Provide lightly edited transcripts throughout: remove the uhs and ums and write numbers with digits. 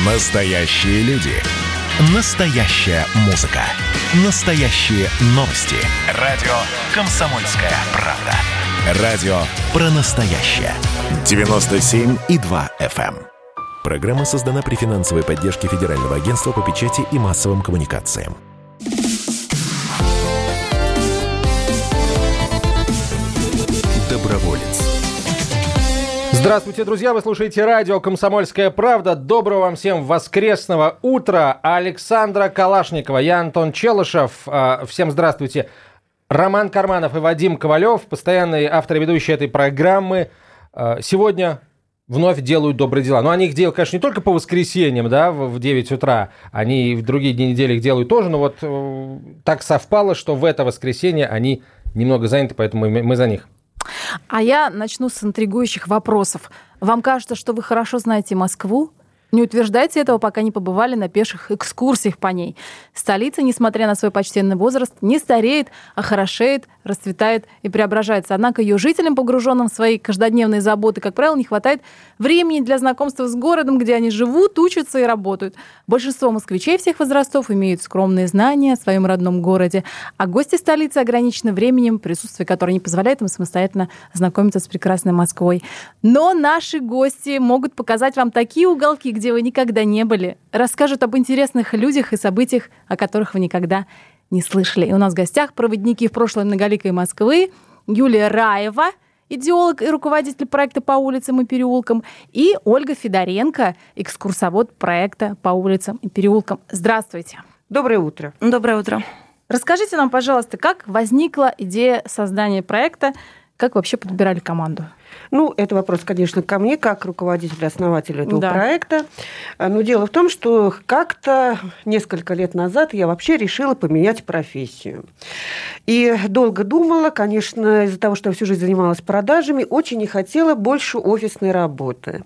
Настоящие люди. Настоящая музыка. Настоящие новости. Радио «Комсомольская правда». Радио про настоящее. 97,2 FM. Программа создана при финансовой поддержке Федерального агентства по печати и массовым коммуникациям. Доброволец. Здравствуйте, друзья! Вы слушаете радио «Комсомольская правда». Доброго вам всем воскресного утра. Александра Калашникова, я Антон Челышев. Всем здравствуйте. Роман Карманов и Вадим Ковалев, постоянные авторы и ведущие этой программы, сегодня вновь делают добрые дела. Но они их делают, конечно, не только по воскресеньям, да, в 9 утра. Они и в другие дни недели их делают тоже. Но вот так совпало, что в это воскресенье они немного заняты, поэтому мы за них. А я начну с интригующих вопросов. Вам кажется, что вы хорошо знаете Москву? Не утверждайте этого, пока не побывали на пеших экскурсиях по ней. Столица, несмотря на свой почтенный возраст, не стареет, а хорошеет, расцветает и преображается. Однако ее жителям, погруженным в свои каждодневные заботы, как правило, не хватает времени для знакомства с городом, где они живут, учатся и работают. Большинство москвичей всех возрастов имеют скромные знания о своем родном городе, а гости столицы ограничены временем, присутствие которое не позволяет им самостоятельно знакомиться с прекрасной Москвой. Но наши гости могут показать вам такие уголки, где вы никогда не были, расскажут об интересных людях и событиях, о которых вы никогда не слышали. И у нас в гостях проводники в прошлое многоликой Москвы, Юлия Раева, идеолог и руководитель проекта «По улицам и переулкам», и Ольга Федоренко, экскурсовод проекта «По улицам и переулкам». Здравствуйте. Доброе утро. Доброе утро. Расскажите нам, пожалуйста, как возникла идея создания проекта, как вообще подбирали команду? Ну, это вопрос, конечно, ко мне, как руководителю, основателю этого проекта. Но дело в том, что как-то несколько лет назад я вообще решила поменять профессию. И долго думала, конечно, из-за того, что я всю жизнь занималась продажами, очень не хотела больше офисной работы.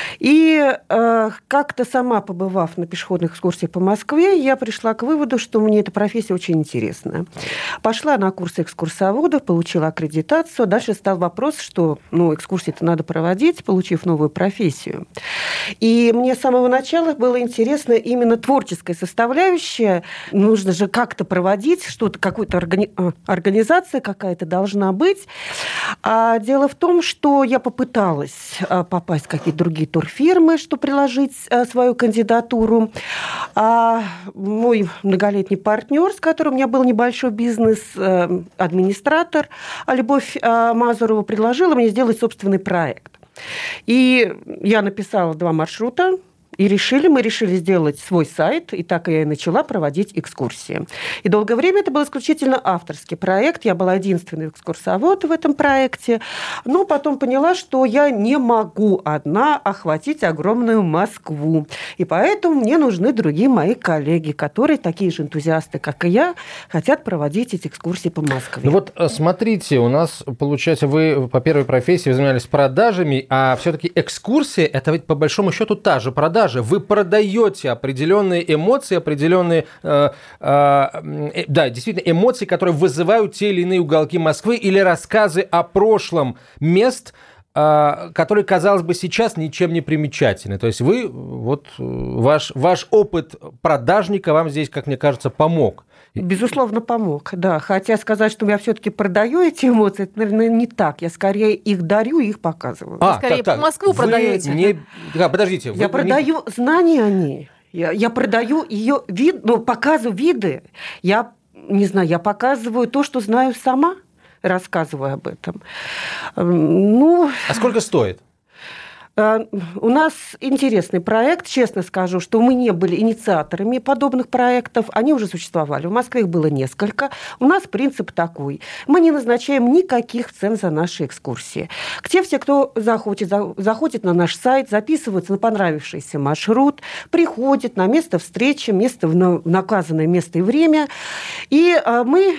И как-то сама, побывав на пешеходных экскурсиях по Москве, я пришла к выводу, что мне эта профессия очень интересна. Пошла на курсы экскурсоводов, получила аккредитацию. Дальше стал вопрос, что экскурсии-то надо проводить, получив новую профессию. И мне с самого начала было интересно именно творческая составляющая. Нужно же как-то проводить, что-то, какую-то организация какая-то должна быть. А дело в том, что я попыталась попасть в какие-то другие турфирмы, чтобы приложить свою кандидатуру. А мой многолетний партнер, с которым у меня был небольшой бизнес, администратор, Любовь Мазурова, предложила мне сделать собственный проект. И я написала 2 маршрута, и мы решили сделать свой сайт, и так я и начала проводить экскурсии. И долгое время это был исключительно авторский проект, я была единственный экскурсовод в этом проекте, но потом поняла, что я не могу одна охватить огромную Москву, и поэтому мне нужны другие мои коллеги, которые такие же энтузиасты, как и я, хотят проводить эти экскурсии по Москве. Ну вот смотрите, у нас, получается, вы по первой профессии занимались продажами, а все-таки экскурсия – это ведь по большому счету та же продажа. Вы продаете определенные эмоции, определенные, действительно, эмоции, которые вызывают те или иные уголки Москвы, или рассказы о прошлом мест, которые, казалось бы, сейчас ничем не примечательны. То есть вы, ваш опыт продажника вам здесь, как мне кажется, помог. Безусловно, помог, да. Хотя сказать, что я все-таки продаю эти эмоции, это, наверное, не так. Я скорее их дарю и их показываю. Скорее Москву продаете. Подождите. Я продаю знания о ней. Я продаю ее вид, показываю виды. Я не знаю, я показываю то, что знаю сама, рассказываю об этом. А сколько стоит? У нас интересный проект. Честно скажу, что мы не были инициаторами подобных проектов. Они уже существовали. В Москве их было несколько. У нас принцип такой. Мы не назначаем никаких цен за наши экскурсии. Все, кто заходит на наш сайт, записываются на понравившийся маршрут, приходят на место встречи, в наказанное место и время. И мы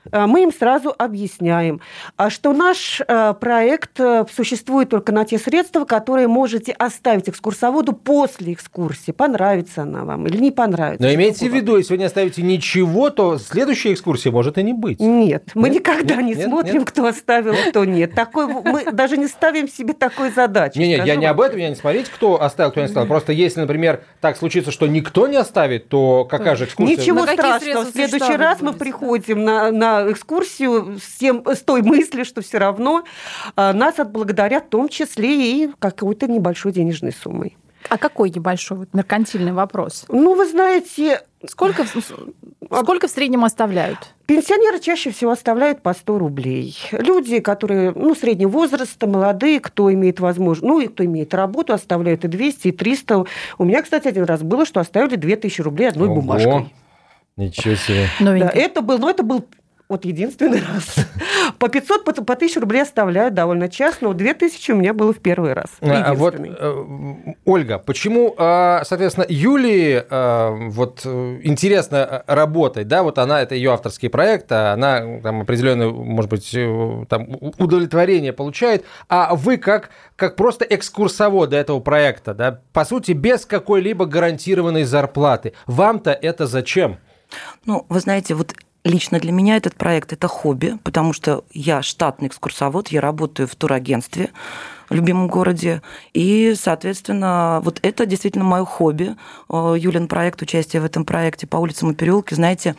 мы им сразу объясняем, что наш проект существует только на те средства, которые можете оставить экскурсоводу после экскурсии. Понравится она вам или не понравится. Но имейте в виду, если вы не оставите ничего, то следующей экскурсии может и не быть. Нет, мы никогда не смотрим, кто оставил, кто нет. Мы даже не ставим себе такой задачи. Не, я не об этом, я не смотрите, кто оставил, кто не оставил. Просто если, например, так случится, что никто не оставит, то какая же экскурсия? Ничего страшного. В следующий раз мы приходим на экскурсию с той мыслью, что все равно нас отблагодарят в том числе и какой-то небольшой денежной суммой. А какой небольшой меркантильный вопрос? Вы знаете... Сколько в среднем оставляют? Пенсионеры чаще всего оставляют по 100 рублей. Люди, которые среднего возраста, молодые, кто имеет возможность, и кто имеет работу, оставляют и 200, и 300. У меня, кстати, один раз было, что оставили 2000 рублей одной бумажкой. Ничего себе. Да, это был единственный раз. По 500, по 1000 рублей оставляют довольно часто, но 2000 у меня было в первый раз. Ольга, почему, соответственно, Юлии интересно работать, да, она, это ее авторский проект, она там определенное, может быть, там удовлетворение получает, а вы как просто экскурсовод этого проекта, да, по сути, без какой-либо гарантированной зарплаты, вам-то это зачем? Вы знаете, лично для меня этот проект – это хобби, потому что я штатный экскурсовод, я работаю в турагентстве в любимом городе, и, соответственно, это действительно мое хобби. Юлин проект, участие в этом проекте по улицам и переулке, знаете,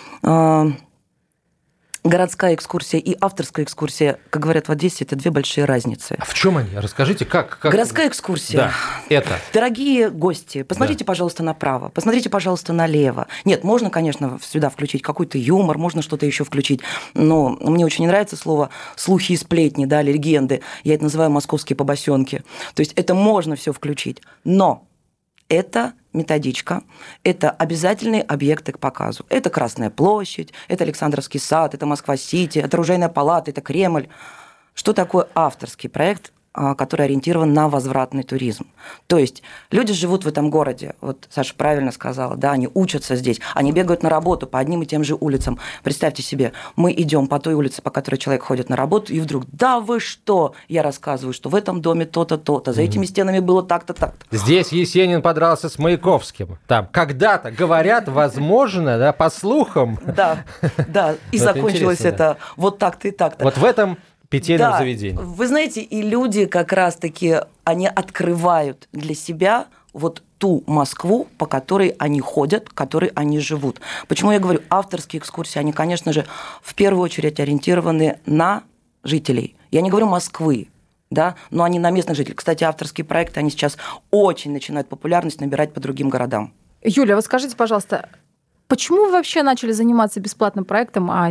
городская экскурсия и авторская экскурсия, как говорят в Одессе, это две большие разницы. А в чем они? Расскажите, как? Городская экскурсия. Да, это. Дорогие гости, посмотрите, пожалуйста, направо, посмотрите, пожалуйста, налево. Нет, можно, конечно, сюда включить какой-то юмор, можно что-то еще включить, но мне очень не нравится слово «слухи и сплетни», да, легенды. Я это называю «московские побосенки». То есть это можно все включить, но это методичка, это обязательные объекты к показу. Это Красная площадь, это Александровский сад, это Москва-Сити, это Оружейная палата, это Кремль. Что такое авторский проект, который ориентирован на возвратный туризм? То есть люди живут в этом городе, Саша правильно сказала, да, они учатся здесь, они бегают на работу по одним и тем же улицам. Представьте себе, мы идем по той улице, по которой человек ходит на работу, и вдруг, да вы что? Я рассказываю, что в этом доме то-то, то-то, за этими стенами было так-то, так-то. Здесь Есенин подрался с Маяковским. Там когда-то, говорят, возможно, да, по слухам. Да, и закончилось это вот так-то и так-то. В этом питейном заведении. Вы знаете, и люди как раз-таки, они открывают для себя ту Москву, по которой они ходят, в которой они живут. Почему я говорю, авторские экскурсии, они, конечно же, в первую очередь ориентированы на жителей. Я не говорю Москвы, да, но они на местных жителей. Кстати, авторские проекты, они сейчас очень начинают популярность набирать по другим городам. Юля, скажите, пожалуйста, почему вы вообще начали заниматься бесплатным проектом, а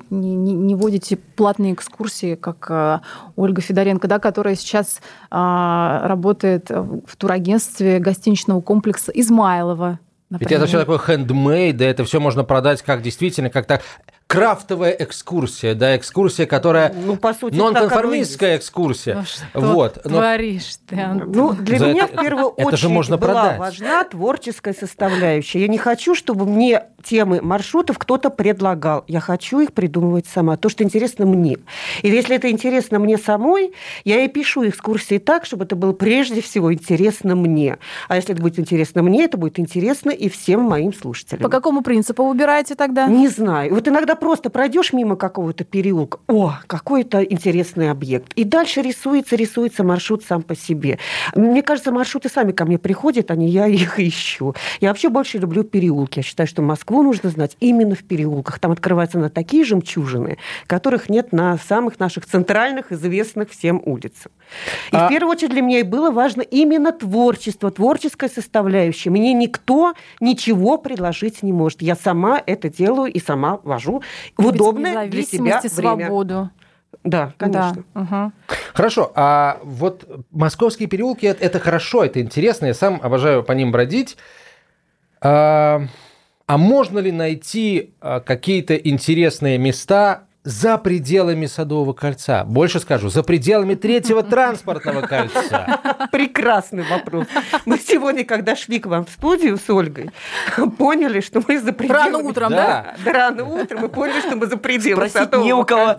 не водите платные экскурсии, как Ольга Федоренко, да, которая сейчас работает в турагентстве гостиничного комплекса «Измайлово», например? Ведь это все такое хендмейд, да, это все можно продать как действительно, как так крафтовая экскурсия, да, экскурсия, которая по сути, нонконформистская экскурсия. Что творишь ты, Антон? Для меня в первую очередь была важна творческая составляющая. Я не хочу, чтобы мне темы маршрутов кто-то предлагал. Я хочу их придумывать сама. То, что интересно мне. И если это интересно мне самой, я и пишу экскурсии так, чтобы это было прежде всего интересно мне. А если это будет интересно мне, это будет интересно и всем моим слушателям. По какому принципу выбираете тогда? Не знаю. Иногда просто пройдешь мимо какого-то переулка, какой-то интересный объект. И дальше рисуется маршрут сам по себе. Мне кажется, маршруты сами ко мне приходят, а не я их ищу. Я вообще больше люблю переулки. Я считаю, что Москву нужно знать именно в переулках. Там открываются на такие жемчужины, которых нет на самых наших центральных, известных всем улицах. И в первую очередь для меня и было важно именно творчество, творческая составляющая. Мне никто ничего предложить не может. Я сама это делаю и сама вожу в удобное для себя время. Свободу. Да, конечно. Да. Угу. Хорошо, а московские переулки – это хорошо, это интересно, я сам обожаю по ним бродить. А можно ли найти какие-то интересные места за пределами Садового кольца? Больше скажу, за пределами третьего транспортного кольца. Прекрасный вопрос. Мы сегодня, когда шли к вам в студию с Ольгой, поняли, что мы за пределами... Рано утром, да? Да, рано утром мы поняли, что мы за пределами Спросить не у кого.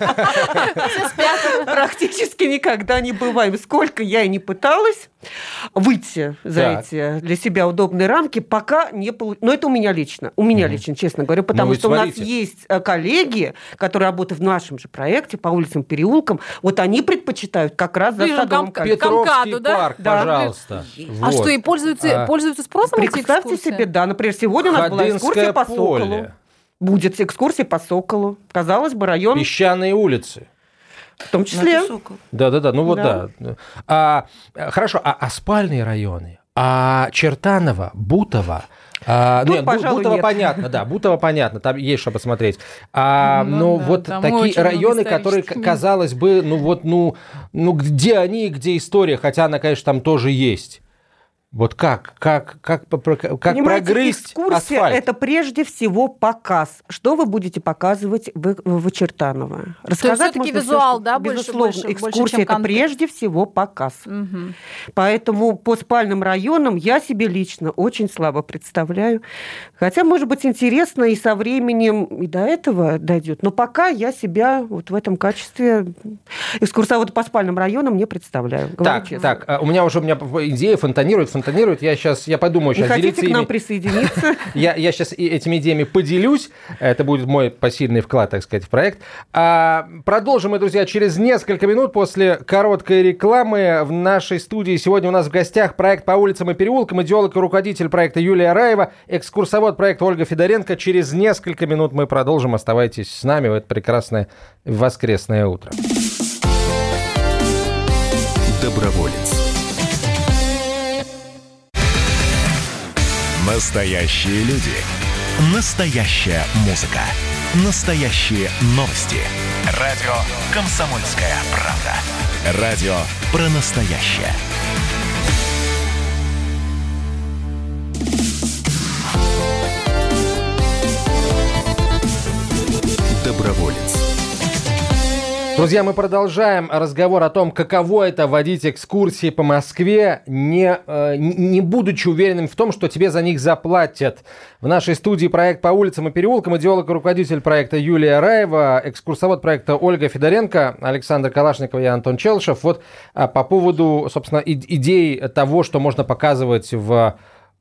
Практически никогда не бываем. Сколько я и не пыталась выйти за эти для себя удобные рамки, пока не получилось. Но это у меня лично. У меня лично, честно говоря, потому что у нас есть коллеги, которые работают в нашем же проекте по улицам, переулкам, вот они предпочитают как раз за Садовым кольцом. Петровский парк, пожалуйста. А что, и пользуются спросом эти экскурсии? Представьте себе, да, например, сегодня у нас была экскурсия по Соколу. Будет экскурсия по Соколу. Казалось бы, район... Песчаные улицы. В том числе. Да. Ну вот да. Хорошо, а спальные районы? А Чертаново, Бутово? Бутово нет. Понятно, да, Бутово понятно, там есть что посмотреть. Такие районы, которые, казалось бы, где они, где история, хотя она, конечно, там тоже есть. Вот как прогрызть экскурсия асфальт? Это прежде всего показ. Что вы будете показывать в Чертаново? Рассказать все-таки визуал, да, безусловно, больше, экскурсия это прежде всего показ. Угу. Поэтому по спальным районам я себе лично очень слабо представляю. Хотя, может быть, интересно и со временем и до этого дойдет. Но пока я себя вот в этом качестве экскурсовода по спальным районам не представляю. Так, у меня идея фонтанирует. Я подумаю сейчас. Не хотите к нам присоединиться? Я сейчас этими идеями поделюсь. Это будет мой посильный вклад, так сказать, в проект. Продолжим мы, друзья, через несколько минут после короткой рекламы. В нашей студии сегодня у нас в гостях проект «По улицам и переулкам», идеолог и руководитель проекта Юлия Раева, экскурсовод проекта Ольга Федоренко. Через несколько минут мы продолжим. Оставайтесь с нами в это прекрасное воскресное утро. Доброволец. Настоящие люди. Настоящая музыка. Настоящие новости. Радио «Комсомольская правда». Радио про настоящее. Доброволец. Друзья, мы продолжаем разговор о том, каково это водить экскурсии по Москве, не будучи уверенным в том, что тебе за них заплатят. В нашей студии проект «По улицам и переулкам», идеолог и руководитель проекта Юлия Раева, экскурсовод проекта Ольга Федоренко, Александр Калашников и Антон Челышев. Вот по поводу, собственно, идей того, что можно показывать в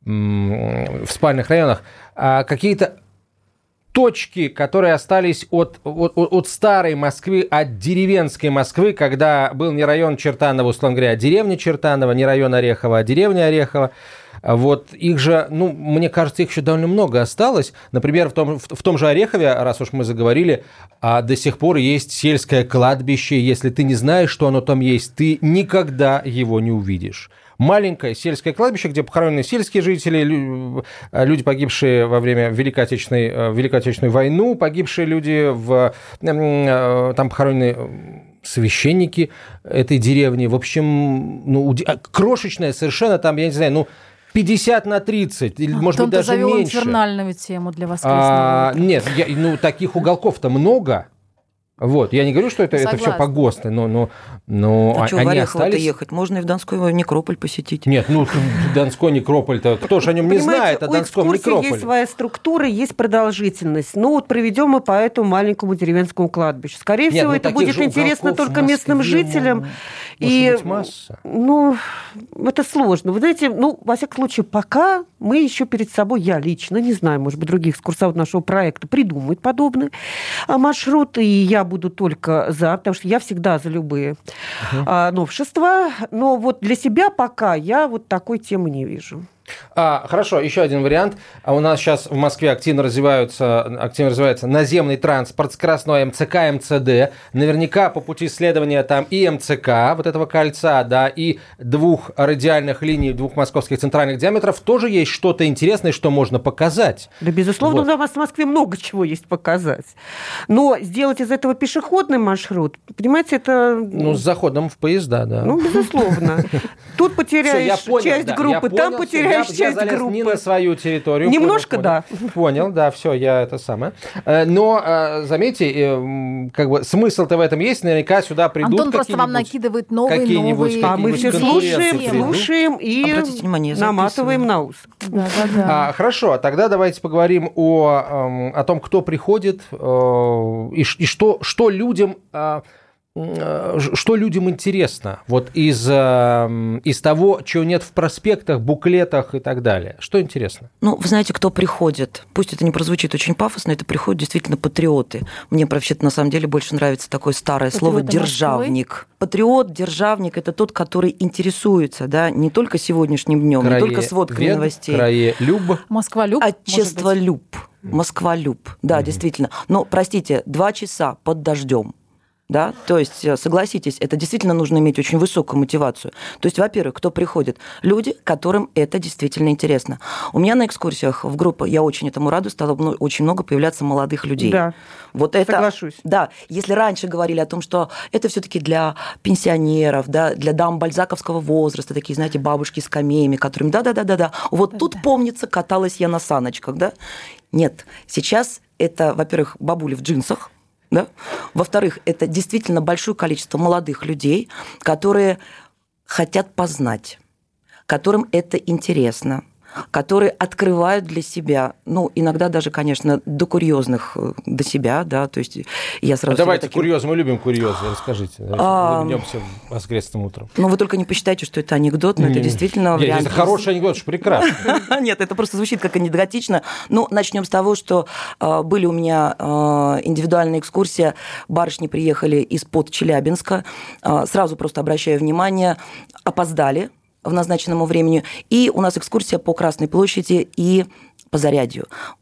спальных районах. Какие-то точки, которые остались от старой Москвы, от деревенской Москвы, когда был не район Чертаново, условно говоря, а деревня Чертаново, не район Орехово, а деревня Орехово. Вот их же, мне кажется, их еще довольно много осталось. Например, в том же Орехове, раз уж мы заговорили, до сих пор есть сельское кладбище. Если ты не знаешь, что оно там есть, ты никогда его не увидишь. Маленькое сельское кладбище, где похоронены сельские жители, люди, погибшие во время Великой Отечественной войны, погибшие люди, там похоронены священники этой деревни. В общем, крошечная совершенно, там, я не знаю, 50 на 30, или, может быть, даже меньше. Антон завел инфернальную тему для воскресного утра. Нет, таких уголков-то много. Вот, я не говорю, что это все погосты, но что, они в Орехово-то остались. ехать? Можно и в Донской некрополь посетить. Нет, Донской некрополь-то, кто же о нем не знает, о Донском некрополе? У экскурсии есть своя структура, есть продолжительность. Проведем мы по этому маленькому деревенскому кладбищу. Скорее всего, это будет интересно только местным жителям. Может быть, масса. Это сложно. Вы знаете, во всяком случае, пока мы еще перед собой, я лично, не знаю, может быть, других экскурсоводов нашего проекта придумают подобные маршруты, и я буду только за, потому что я всегда за любые новшества. Но вот для себя пока я вот такой темы не вижу. Хорошо, еще один вариант. У нас сейчас в Москве активно развивается наземный транспорт, скоростной МЦК, МЦД. Наверняка по пути исследования там и МЦК, вот этого кольца, да, и двух радиальных линий, двух московских центральных диаметров тоже есть что-то интересное, что можно показать. Да, безусловно, у нас в Москве много чего есть показать. Но сделать из этого пешеходный маршрут, понимаете, это... с заходом в поезда, да. Безусловно. Тут потеряешь часть группы, там потеряешь я залез группы. Не на свою территорию. Немножко, да. Понял, да, все, я это самое. Но, заметьте, как бы смысл-то в этом есть, наверняка сюда придут Антон просто вам накидывает новые. А мы все слушаем и наматываем на ус. Да. Хорошо, тогда давайте поговорим о том, кто приходит и что людям... Что людям интересно вот из того, чего нет в проспектах, буклетах и так далее? Что интересно? Ну, вы знаете, кто приходит? Пусть это не прозвучит очень пафосно, это приходят действительно патриоты. Мне вообще-то на самом деле больше нравится такое старое слово «державник». Патриот, державник – это тот, который интересуется, да, не только сегодняшним днем, не только сводками новостей. Краелюб. Москвалюб. Отчестволюб. Москвалюб. Да, действительно. Но, простите, 2 часа под дождем. Да? То есть, согласитесь, это действительно нужно иметь очень высокую мотивацию. То есть, во-первых, кто приходит? Люди, которым это действительно интересно. У меня на экскурсиях в группе, я очень этому рада, стало очень много появляться молодых людей. Да, вот это, соглашусь. Да, если раньше говорили о том, что это все-таки для пенсионеров, да, для дам бальзаковского возраста, такие, знаете, бабушки с скамеями, которым да-да-да-да-да. Вот тут, помнится, каталась я на саночках, да? Нет, сейчас это, во-первых, бабули в джинсах, да? Во-вторых, это действительно большое количество молодых людей, которые хотят познать, которым это интересно, которые открывают для себя, ну, иногда даже, конечно, до курьезных, до себя, да, то есть я сразу... Давайте курьезы, мы любим курьезы, расскажите. Вернемся воскресным утром. Ну, вы только не посчитайте, что это анекдот, но это действительно... Нет, это хороший анекдот, что прекрасно. Нет, это просто звучит как анекдотично. Ну, начнем с того, что были у меня индивидуальная экскурсия, барышни приехали из-под Челябинска, сразу просто обращаю внимание, опоздали в назначенному времени. И у нас экскурсия по Красной площади и по Зарядью.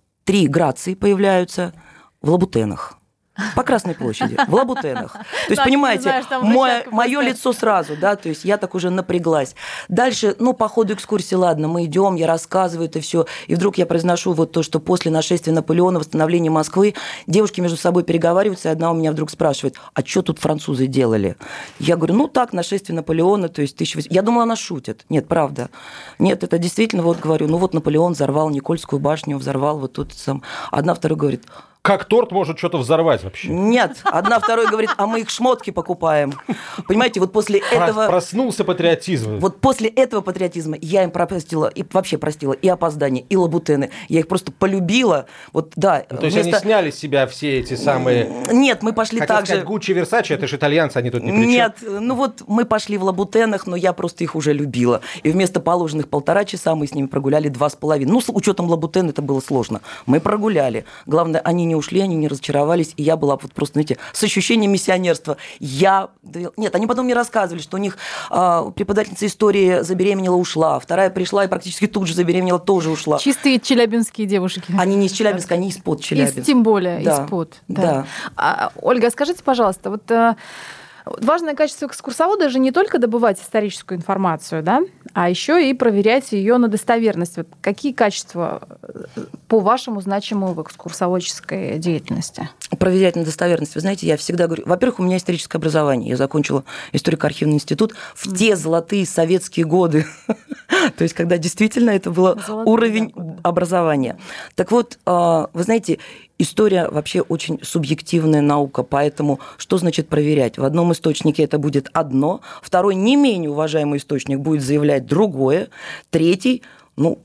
3 грации появляются в Лабутенах. По Красной площади, в Лабутенах. То есть, понимаете, мое лицо сразу, да, то есть я так уже напряглась. Дальше, ну, по ходу экскурсии, ладно, мы идем, я рассказываю это все, и вдруг я произношу вот то, что после нашествия Наполеона, восстановления Москвы, девушки между собой переговариваются, и одна у меня вдруг спрашивает, а что тут французы делали? Я говорю, ну, так, нашествие Наполеона, то есть 1800... Я думала, она шутит. Нет, правда. Нет, это действительно, вот говорю, ну, вот Наполеон взорвал Никольскую башню, взорвал вот тут сам. Одна, вторая говорит... Как торт может что-то взорвать вообще? Нет. Одна, второй говорит, а мы их шмотки покупаем. Понимаете, вот после этого... Проснулся патриотизм. Вот после этого патриотизма я им простила, и вообще простила и опоздание, и лабутены. Я их просто полюбила. Вот, да. То есть они сняли с себя все эти самые... Нет, мы пошли так же... Гуччи, Версачи, это же итальянцы, они тут ни при чем. Нет, ну вот мы пошли в лабутенах, но я просто их уже любила. И вместо положенных 1,5 часа мы с ними прогуляли 2,5. Ну, с учетом лабутен это было сложно. Мы прогуляли. Главное, они не ушли, они не разочаровались, и я была вот просто, знаете, с ощущением миссионерства. Нет, они потом мне рассказывали, что у них преподавательница истории забеременела, ушла, вторая пришла и практически тут же забеременела, тоже ушла. Чистые челябинские девушки. Они не из Челябинска, они из-под Челябинска. Тем более, да. из-под. Да. Ольга, скажите, пожалуйста, вот... Важное качество экскурсовода же не только добывать историческую информацию, да, а еще и проверять ее на достоверность. Вот какие качества, по-вашему, значимы в экскурсоводческой деятельности? Проверять на достоверность. Вы знаете, я всегда говорю, во-первых, у меня историческое образование. Я закончила историко-архивный институт в те золотые советские годы. То есть, когда действительно это был уровень образования. Так вот, вы знаете, история вообще очень субъективная наука, поэтому что значит проверять? В одном источнике это будет одно, второй не менее уважаемый источник будет заявлять другое, третий, ну,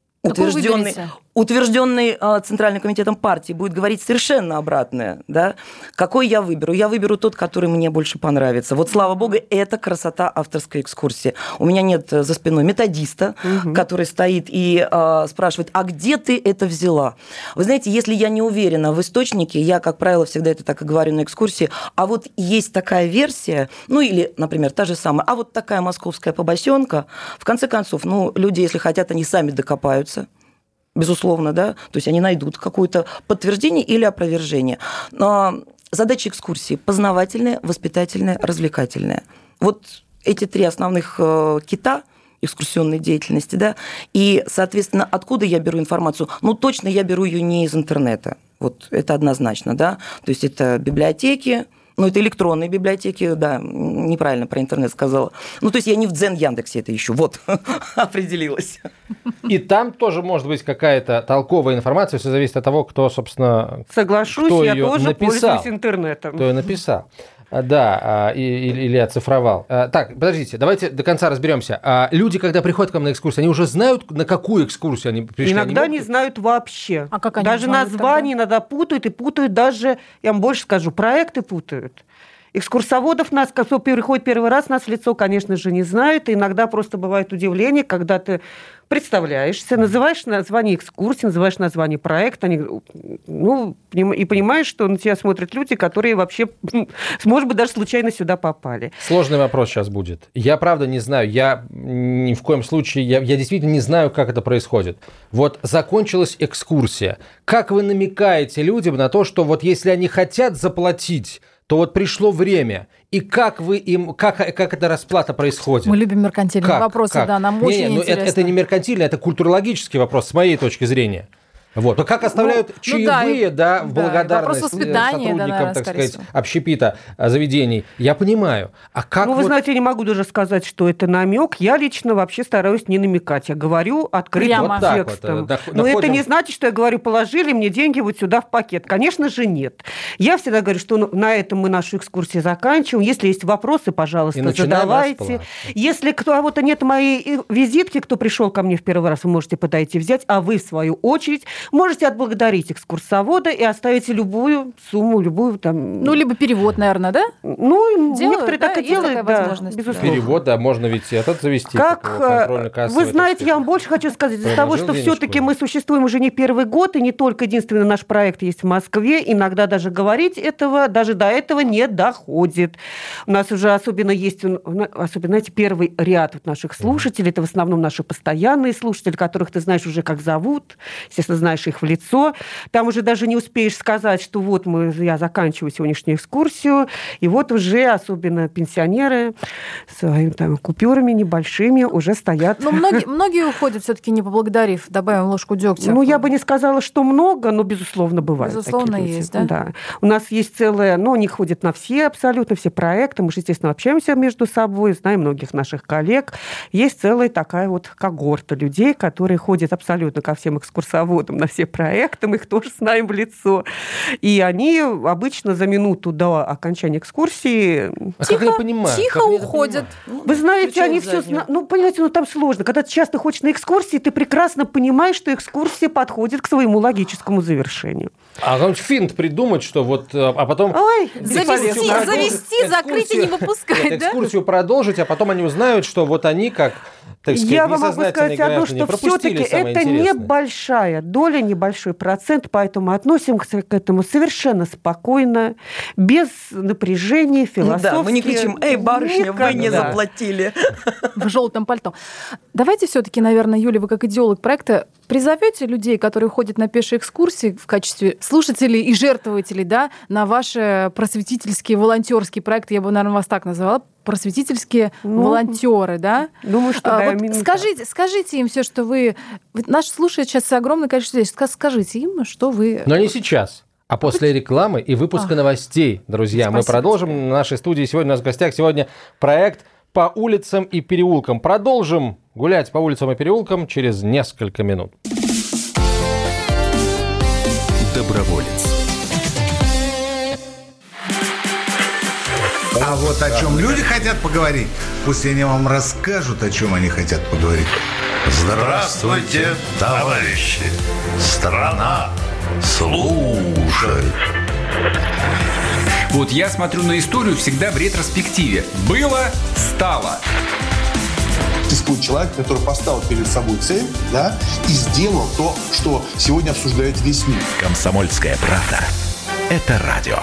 утвержденный Центральным комитетом партии будет говорить совершенно обратное. Да? Какой я выберу? Я выберу тот, который мне больше понравится. Вот, слава богу, это красота авторской экскурсии. У меня нет за спиной методиста, который стоит и спрашивает, а где ты это взяла? Вы знаете, если я не уверена в источнике, я, как правило, всегда это так и говорю на экскурсии, а вот есть такая версия, ну или, например, та же самая, а вот такая московская побосенка, в конце концов, ну, люди, если хотят, они сами докопаются. Безусловно, да, то есть они найдут какое-то подтверждение или опровержение. Но задача экскурсии – познавательная, воспитательная, развлекательная. Вот эти 3 основных кита экскурсионной деятельности, да, и, соответственно, откуда я беру информацию? Ну, точно я беру ее не из интернета, вот это однозначно, да, то есть это библиотеки, Ну, это электронные библиотеки, да, неправильно про интернет сказала. Ну, то есть я не в Дзен Яндексе это ищу, вот, определилась. И там тоже может быть какая-то толковая информация, все зависит от того, кто, собственно, соглашусь, кто я ее тоже написал, пользуюсь интернетом. Кто ее написал. Да, или оцифровал. Так, подождите, давайте до конца разберемся. Люди, когда приходят к вам на экскурсию, они уже знают, на какую экскурсию они пришли? Иногда не знают вообще. А как они даже названия иногда путают, и путают даже, я вам больше скажу, проекты путают. Экскурсоводов нас, кто приходит первый раз, нас в лицо, конечно же, не знают. И иногда просто бывает удивление, когда ты представляешься, называешь название экскурсии, называешь название проекта, и понимаешь, что на тебя смотрят люди, которые вообще, может быть, даже случайно сюда попали. Сложный вопрос сейчас будет. Я, правда, не знаю. Я ни в коем случае, я действительно не знаю, как это происходит. Вот закончилась экскурсия. Как вы намекаете людям на то, что вот если они хотят заплатить, то вот пришло время, и как эта расплата происходит? Мы любим меркантильные вопросы, да, нам очень интересно. Это не меркантильный, это культурологический вопрос, с моей точки зрения. Вот. Но как оставляют чаевые, в благодарность сотрудникам, так сказать, общепита заведений, я понимаю. А как вы знаете, я не могу даже сказать, что это намек. Я лично вообще стараюсь не намекать. Я говорю открытым текстом. Но это не значит, что я говорю, положили мне деньги вот сюда в пакет. Конечно же, нет. Я всегда говорю, что на этом мы нашу экскурсию заканчиваем. Если есть вопросы, пожалуйста, задавайте. Если кого-то нет моей визитки, кто пришел ко мне в первый раз, вы можете подойти взять, а вы, в свою очередь, можете отблагодарить экскурсовода и оставить любую сумму, любую там... либо перевод, наверное, да? Некоторые так и делают, да, безусловно. Перевод, да, можно ведь этот завести. Вы знаете, я вам больше хочу сказать, из-за того, что все-таки мы существуем уже не первый год, и не только единственный наш проект есть в Москве, иногда даже говорить этого, даже до этого не доходит. У нас уже особенно есть, знаете, первый ряд наших слушателей, это в основном наши постоянные слушатели, которых ты знаешь уже как зовут, естественно, знаешь их в лицо. Там уже даже не успеешь сказать, что вот я заканчиваю сегодняшнюю экскурсию, и вот уже особенно пенсионеры своими там купюрами небольшими уже стоят. Но многие уходят все-таки не поблагодарив, добавим ложку дегтя. Я бы не сказала, что много, но, безусловно, бывает. Безусловно, есть, да? У нас есть целое, они ходят на абсолютно все проекты, мы же, естественно, общаемся между собой, знаем многих наших коллег. Есть целая такая вот когорта людей, которые ходят абсолютно ко всем экскурсоводам, на все проекты, мы их тоже знаем в лицо. И они обычно за минуту до окончания экскурсии... Тихо уходят. Вы знаете, они все... понимаете, там сложно. Когда ты часто ходишь на экскурсии, ты прекрасно понимаешь, что экскурсия подходит к своему логическому завершению. А как финт придумать, что вот... А потом... Завести, закрыть и не выпускать, да? Экскурсию продолжить, а потом они узнают, что вот они как... Так сказать, я вам могу сказать одно, что все-таки это небольшая доля, небольшой процент, поэтому относимся к этому совершенно спокойно, без напряжения, философски. Да, мы не кричим: «Эй, барышня, вы не заплатили». В желтом пальто. Давайте все-таки, наверное, Юля, вы как идеолог проекта призовете людей, которые ходят на пешие экскурсии в качестве слушателей и жертвователей, да, на ваши просветительские, волонтерские проекты, я бы, наверное, вас так называла, просветительские волонтеры, да? Думаю, что да, скажите им все, что вы... Нас слушает сейчас огромное количество людей. Скажите им, что вы... Но не сейчас. А после рекламы и выпуска новостей, друзья. Спасибо. Мы продолжим. В нашей студии сегодня у нас в гостях проект «По улицам и переулкам». Продолжим гулять по улицам и переулкам через несколько минут. Доброволец. А вот о чем люди хотят поговорить, пусть они вам расскажут, о чем они хотят поговорить. Здравствуйте, товарищи! Страна слушает. Вот я смотрю на историю всегда в ретроспективе. Было, стало. Существует человек, который поставил перед собой цель, да, и сделал то, что сегодня обсуждает весь мир. «Комсомольская правда». Это радио.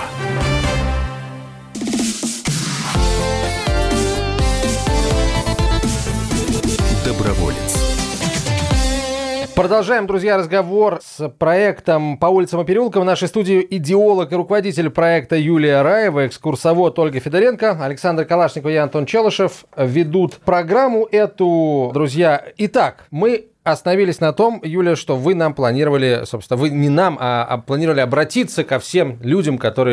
Доброволец. Продолжаем, друзья, разговор с проектом «По улицам и переулкам». В нашей студии идеолог и руководитель проекта Юлия Раева, экскурсовод Ольга Федоренко, Александр Калашников и Антон Челышев ведут программу эту, друзья. Итак, мы остановились на том, Юля, что вы нам планировали, собственно, вы не нам, а планировали обратиться ко всем людям, которые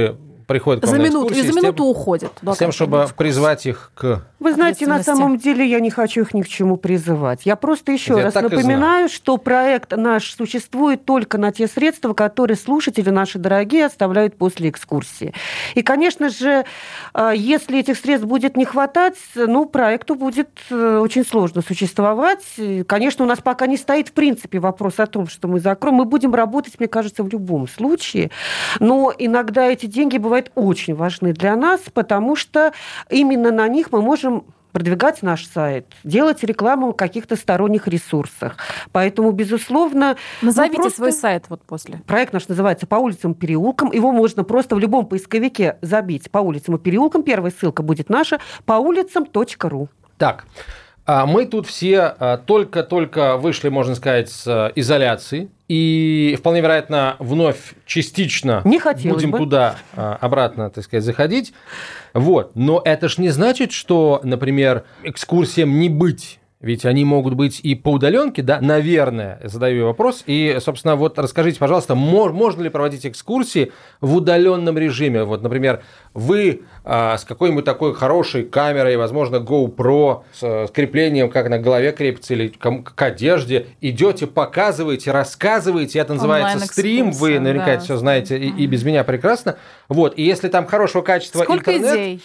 приходят к вам на экскурсии. И за минуту уходят. С тем, чтобы призвать их к... Вы знаете, на самом деле я не хочу их ни к чему призывать. Я просто еще раз напоминаю, что проект наш существует только на те средства, которые слушатели наши дорогие оставляют после экскурсии. И, конечно же, если этих средств будет не хватать, проекту будет очень сложно существовать. Конечно, у нас пока не стоит в принципе вопрос о том, что мы закроем. Мы будем работать, мне кажется, в любом случае. Но иногда эти деньги бывают очень важны для нас, потому что именно на них мы можем продвигать наш сайт, делать рекламу в каких-то сторонних ресурсах. Поэтому, безусловно... Назовите свой сайт после. Проект наш называется «По улицам и переулкам». Его можно просто в любом поисковике забить «По улицам и переулкам». Первая ссылка будет наша «поулицам.ру». Так, мы тут все только-только вышли, можно сказать, с изоляции. И вполне вероятно, вновь частично будем туда обратно, так сказать, заходить. Но это ж не значит, что, например, экскурсиям не быть. Ведь они могут быть и по удаленке, да, наверное, задаю вопрос. И, собственно, расскажите, пожалуйста, можно ли проводить экскурсии в удаленном режиме? Например, вы с какой-нибудь такой хорошей камерой, возможно, GoPro, с креплением, как на голове крепится, или к одежде, идете, показываете, рассказываете. Это называется стрим. Вы наверняка это все знаете и без меня прекрасно. И если там хорошего качества Сколько интернет... идей?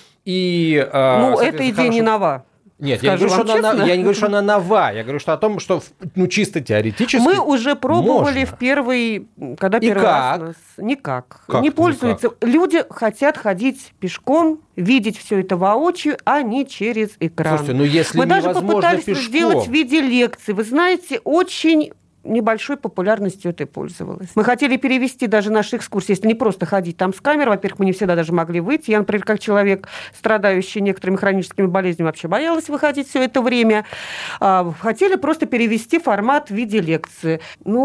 Эта идея не нова. Нет, я не говорю, что она нова. Я говорю, что о том, что чисто теоретически мы уже пробовали когда первый раз. Никак. Не пользуются. Люди хотят ходить пешком, видеть все это воочию, а не через экран. Слушайте, если мы даже попытались пешком сделать в виде лекции. Вы знаете, очень небольшой популярностью это пользовалось. Мы хотели перевести даже наши экскурсии, если не просто ходить там с камерой. Во-первых, мы не всегда даже могли выйти. Я, например, как человек, страдающий некоторыми хроническими болезнями, вообще боялась выходить все это время. Хотели просто перевести формат в виде лекции.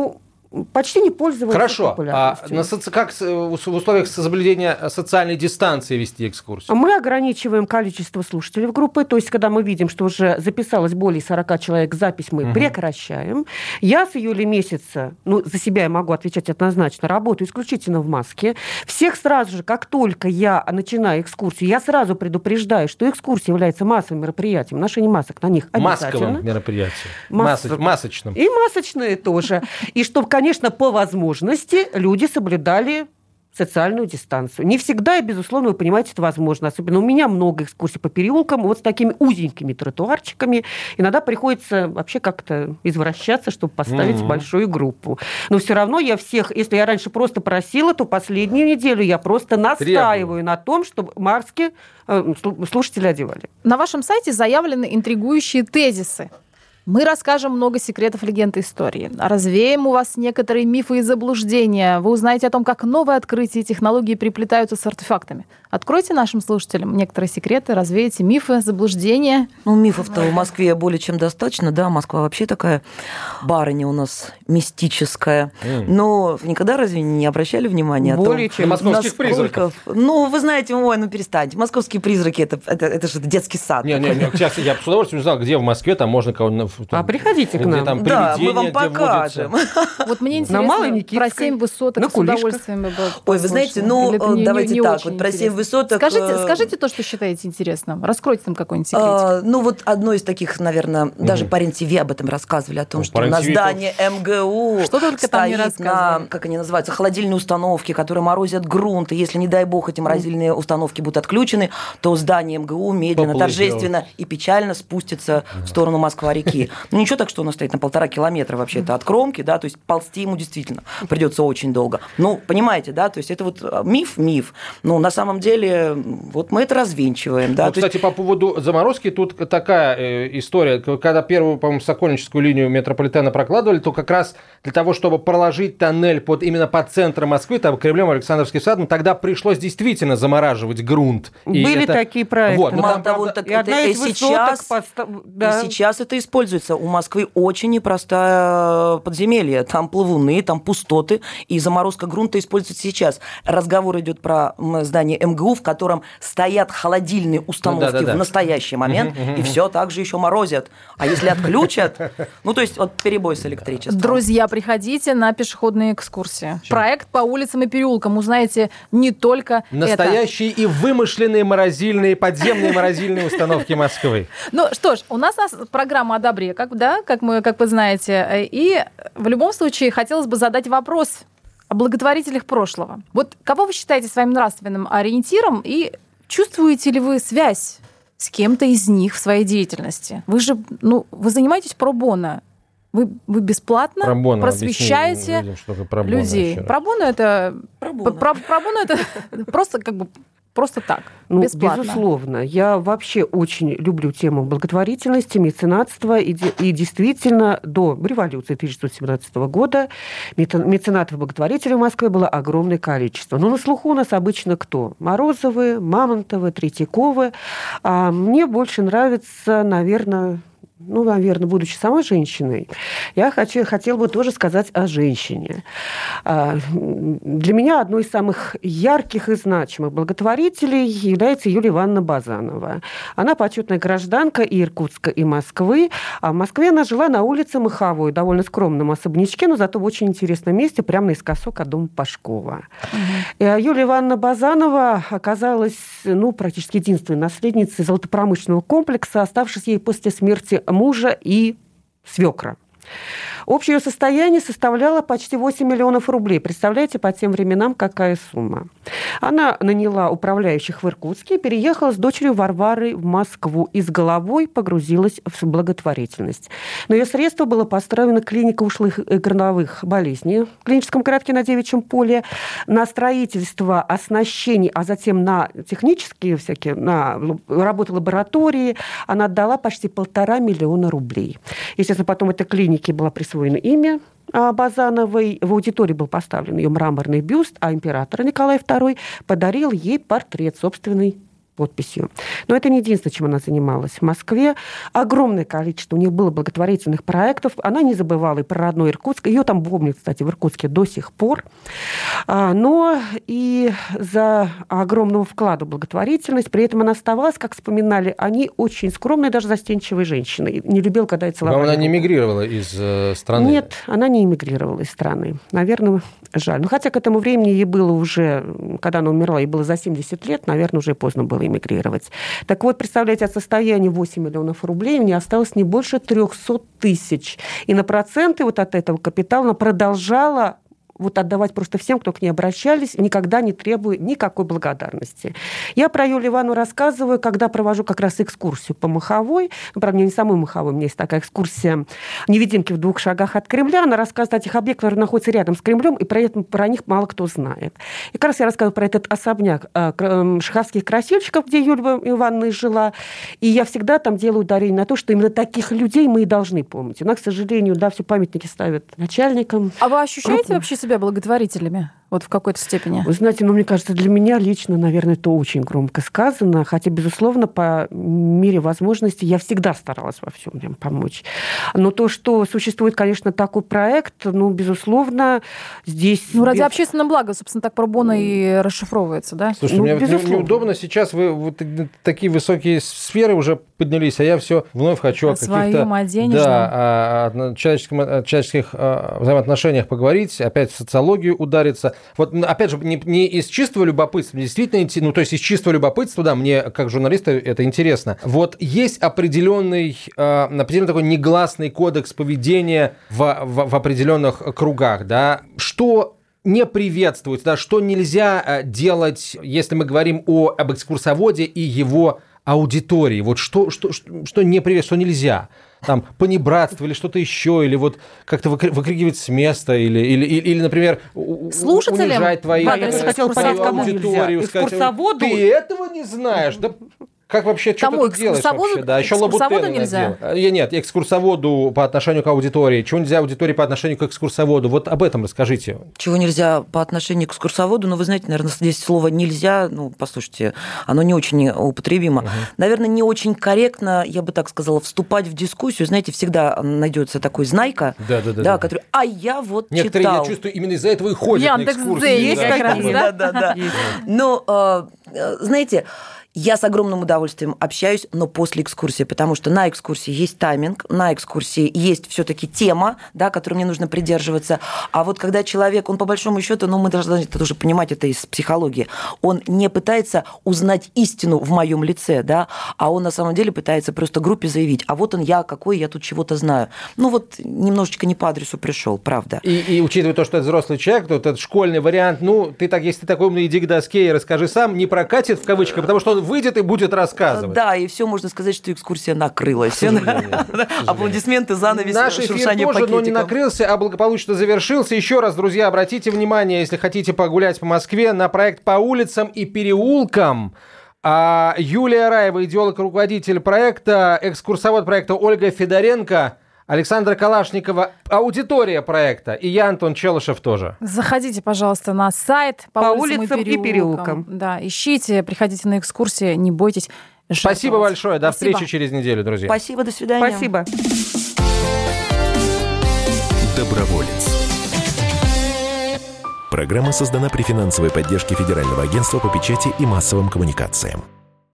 Почти не пользовались популярностью. Хорошо. Как в условиях соблюдения социальной дистанции вести экскурсию? Мы ограничиваем количество слушателей в группы. То есть, когда мы видим, что уже записалось более 40 человек, запись мы прекращаем. Я с июля месяца, за себя я могу отвечать однозначно, работаю исключительно в маске. Всех сразу же, как только я начинаю экскурсию, я сразу предупреждаю, что экскурсия является массовым мероприятием. Ношение масок на них обязательно. Масковым мероприятием. Масочным. И масочные тоже. И чтобы, конечно, по возможности люди соблюдали социальную дистанцию. Не всегда, и, безусловно, вы понимаете, это возможно. Особенно у меня много экскурсий по переулкам, с такими узенькими тротуарчиками. Иногда приходится вообще как-то извращаться, чтобы поставить большую группу. Но все равно я всех, если я раньше просто просила, то последнюю неделю я просто настаиваю на том, чтобы маски слушатели одевали. На вашем сайте заявлены интригующие тезисы. Мы расскажем много секретов, легенд и истории. Развеем у вас некоторые мифы и заблуждения. Вы узнаете о том, как новые открытия и технологии переплетаются с артефактами. Откройте нашим слушателям некоторые секреты, развеете мифы, заблуждения. Мифов-то в Москве более чем достаточно. Да, Москва вообще такая барыня у нас мистическая. Но никогда разве не обращали внимания более чем московских призраков? Вы знаете, перестаньте. Московские призраки это же детский сад. Сейчас я с удовольствием узнал, где в Москве там можно кого-то... приходите к нам. Там мы вам покажем. Мне интересно, про 7 высоток с удовольствием бы было. Ой, вы знаете, давайте так, про 7 высоток... Скажите то, что считаете интересным. Раскройте там какой-нибудь секретик. Одно из таких, наверное, даже по РЕН-ТВ об этом рассказывали, о том, что на здании МГУ стоит на, как они называются, холодильные установки, которые морозят грунт, и если, не дай бог, эти морозильные установки будут отключены, то здание МГУ медленно, торжественно и печально спустится в сторону Москва-реки. Ничего так, что оно стоит на 1,5 километра вообще-то от кромки, да, то есть ползти ему действительно придется очень долго. Понимаете, да, то есть это миф. На самом деле, мы это развенчиваем. Да, кстати, по поводу заморозки, тут такая история. Когда первую, по-моему, Сокольническую линию метрополитена прокладывали, то как раз для того, чтобы проложить тоннель именно по центру Москвы, там Кремлем, Александровский сад, тогда пришлось действительно замораживать грунт. Были такие проекты. Мало того, и сейчас это используется. пользуется. У Москвы очень непростое подземелье. Там плавуны, там пустоты, и заморозка грунта используется сейчас. Разговор идет про здание МГУ, в котором стоят холодильные установки в настоящий момент, и все так же еще морозят. А если отключат, то есть вот перебой с электричеством. Друзья, приходите на пешеходные экскурсии. Проект по улицам и переулкам. Узнаете не только настоящие и вымышленные подземные морозильные установки Москвы. Ну что ж, у нас программа о добре, как вы знаете. И в любом случае хотелось бы задать вопрос о благотворителях прошлого. Вот кого вы считаете своим нравственным ориентиром и чувствуете ли вы связь с кем-то из них в своей деятельности? Вы же, вы занимаетесь про-боно. Вы бесплатно просвещаете людей. Про-боно это просто так, бесплатно. Безусловно. Я вообще очень люблю тему благотворительности, меценатства. И действительно, до революции 1917 года меценатов и благотворителей в Москве было огромное количество. Но на слуху у нас обычно кто? Морозовы, Мамонтовы, Третьяковы. А мне больше нравится, наверное, будучи самой женщиной, я хотела бы тоже сказать о женщине. Для меня одной из самых ярких и значимых благотворителей является Юлия Ивановна Базанова. Она почетная гражданка и Иркутска, и Москвы. А в Москве она жила на улице Маховой, довольно скромном особнячке, но зато в очень интересном месте, прямо наискосок от дома Пашкова. Юлия Ивановна Базанова оказалась практически единственной наследницей золотопромышленного комплекса, оставшись ей после смерти мужа и свекра. Общее ее состояние составляло почти 8 миллионов рублей. Представляете, по тем временам какая сумма? Она наняла управляющих в Иркутске и переехала с дочерью Варварой в Москву и с головой погрузилась в благотворительность. На ее средства была построена клиника ушлых и горловых болезней в клиническом городке на Девичьем поле, на строительство, оснащение, а затем на технические на работы лаборатории она отдала почти 1,5 миллиона рублей. Естественно, потом этой клинике было присвоено имя Базановой. В аудитории был поставлен ее мраморный бюст, а император Николай II подарил ей портрет собственной подписью. Но это не единственное, чем она занималась. В Москве огромное количество у нее было благотворительных проектов. Она не забывала и про родной Иркутск. Ее там помнят, кстати, в Иркутске до сих пор. Но и за огромного вклада в благотворительность. При этом она оставалась, как вспоминали, они очень скромные, даже застенчивые женщины. Не любила, когда я целовала. Она не эмигрировала из страны? Нет, она не эмигрировала из страны. Наверное, жаль. Но хотя к этому времени ей было уже, когда она умерла, ей было за 70 лет, наверное, уже поздно было эмигрировать. Так вот, представляете, от состояния 8 миллионов рублей мне осталось не больше 300 тысяч. И на проценты от этого капитала она продолжала отдавать просто всем, кто к ней обращались, никогда не требуя никакой благодарности. Я про Юлию Ивановну рассказываю, когда провожу как раз экскурсию по Маховой. Правда, не самой Маховой, у меня есть такая экскурсия «Невидимки в 2 шагах от Кремля». Она рассказывает о тех объектах, которые находятся рядом с Кремлем, и про них мало кто знает. И как раз я рассказываю про этот особняк шаховских красильщиков, где Юлия Ивановна жила. И я всегда там делаю ударение на то, что именно таких людей мы и должны помнить. У нас, к сожалению, все памятники ставят начальникам. А вы ощущаете вообще себя благотворителями? В какой-то степени? Вы знаете, мне кажется, для меня лично, наверное, это очень громко сказано, хотя, безусловно, по мере возможности я всегда старалась во всем им помочь. Но то, что существует, конечно, такой проект, безусловно, здесь... ради общественного блага, собственно, так про-боно и расшифровывается, да? Слушайте, мне неудобно сейчас, вы такие высокие сферы уже поднялись, а я все вновь хочу о каких-то человеческих взаимоотношениях поговорить, опять в социологию удариться. Опять же, не из чистого любопытства, действительно, то есть из чистого любопытства, мне, как журналисту, это интересно. Есть определенный такой негласный кодекс поведения в определенных кругах, да, что не приветствуется, да, что нельзя делать, если мы говорим об экскурсоводе и его аудитории. Что не приветствуется, что нельзя. Там, понебратство или что-то еще, или как-то выкрикивать с места, или например, унижать твою аудиторию, сказать, ты этого не знаешь. Да Как вообще, что ты тут делаешь вообще? Да, еще лабутены нельзя. Нет, экскурсоводу по отношению к аудитории. Чего нельзя аудитории по отношению к экскурсоводу? Вот об этом расскажите. Чего нельзя по отношению к экскурсоводу? Ну, вы знаете, наверное, здесь слово «нельзя», послушайте, оно не очень употребимо. Наверное, не очень корректно, я бы так сказала, вступать в дискуссию. Знаете, всегда найдется такой знайка, который, я вот некоторые, читал. Я чувствую, именно из-за этого и ходят на экскурсии. Есть как раз, да. Но, знаете, я с огромным удовольствием общаюсь, но после экскурсии, потому что на экскурсии есть тайминг, на экскурсии есть все-таки тема, да, которой мне нужно придерживаться. А вот когда человек, он по большому счету, мы должны это тоже понимать, это из психологии, он не пытается узнать истину в моем лице, да, а он на самом деле пытается просто группе заявить, а вот он я, какой я тут чего-то знаю. Немножечко не по адресу пришел, правда. И учитывая то, что это взрослый человек, то этот школьный вариант, если ты такой умный, иди к доске и расскажи сам, не прокатит в кавычках, потому что он выйдет и будет рассказывать. Да, и все можно сказать, что экскурсия накрылась. Аплодисменты, занавес, шуршание пакетиков. Наш эфир тоже, не накрылся, а благополучно завершился. Еще раз, друзья, обратите внимание, если хотите погулять по Москве, на проект «По улицам и переулкам». Юлия Раева, идеолог, руководитель проекта, экскурсовод проекта Ольга Федоренко, Александра Калашникова, аудитория проекта, и я, Антон Челышев, тоже. Заходите, пожалуйста, на сайт «По улицам и переулкам». Да, ищите, приходите на экскурсии, не бойтесь жертвовать. Спасибо большое, до встречи через неделю, друзья. Спасибо, до свидания. Спасибо. Доброволец. Программа создана при финансовой поддержке Федерального агентства по печати и массовым коммуникациям.